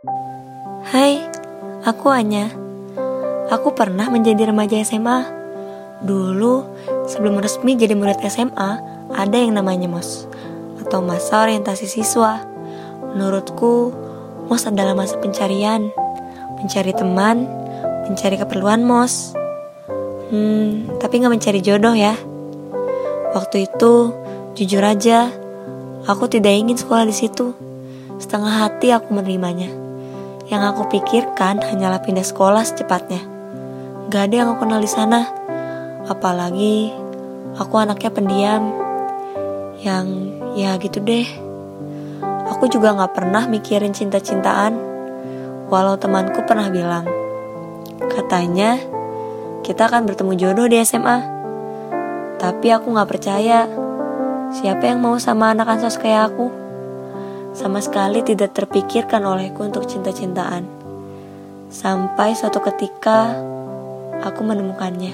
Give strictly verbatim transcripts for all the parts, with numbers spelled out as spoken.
Hai, aku Anya. Aku pernah menjadi remaja S M A. Dulu, sebelum resmi jadi murid S M A, ada yang namanya M O S, atau masa orientasi siswa. Menurutku, M O S adalah masa pencarian, mencari teman, mencari keperluan M O S. Hmm, tapi gak mencari jodoh ya. Waktu itu, jujur aja, aku tidak ingin sekolah di situ. Setengah hati aku menerimanya. Yang aku pikirkan hanyalah pindah sekolah secepatnya. Gak ada yang aku kenal di sana. Apalagi aku anaknya pendiam. Yang ya gitu deh. Aku juga gak pernah mikirin cinta-cintaan. Walau temanku pernah bilang, katanya kita akan bertemu jodoh di S M A. Tapi aku gak percaya. Siapa yang mau sama anak ansos kayak aku? Sama sekali tidak terpikirkan olehku untuk cinta-cintaan. Sampai suatu ketika aku menemukannya.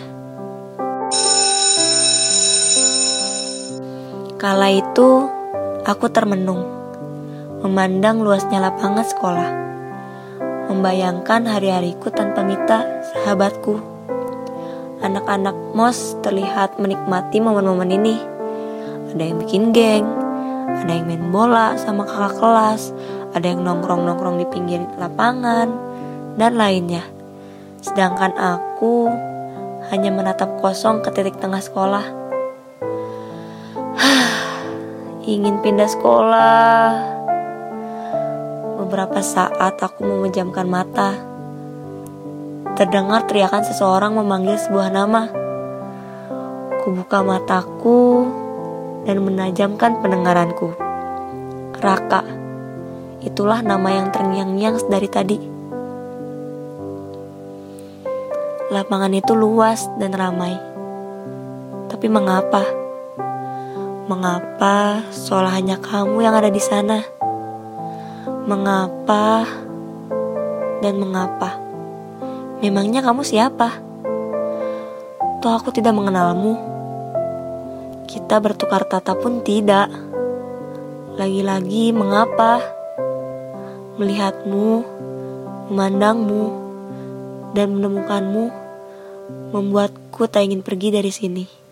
Kala itu aku termenung, memandang luasnya lapangan sekolah, membayangkan hari-hariku tanpa Mita, sahabatku. Anak-anak M O S terlihat menikmati momen-momen ini. Ada yang bikin geng, ada yang main bola sama kakak kelas, ada yang nongkrong-nongkrong di pinggir lapangan, dan lainnya. Sedangkan aku hanya menatap kosong ke titik tengah sekolah. Ingin pindah sekolah. Beberapa saat aku memejamkan mata. Terdengar teriakan seseorang memanggil sebuah nama. Kubuka mataku dan menajamkan pendengaranku. Raka. Itulah nama yang terngiang-ngiang dari tadi. Lapangan itu luas dan ramai. Tapi mengapa? Mengapa seolah hanya kamu yang ada di sana? Mengapa dan mengapa? Memangnya kamu siapa? Toh aku tidak mengenalmu. Kita bertukar tatap pun tidak. Lagi-lagi mengapa? Melihatmu, memandangmu, dan menemukanmu membuatku tak ingin pergi dari sini.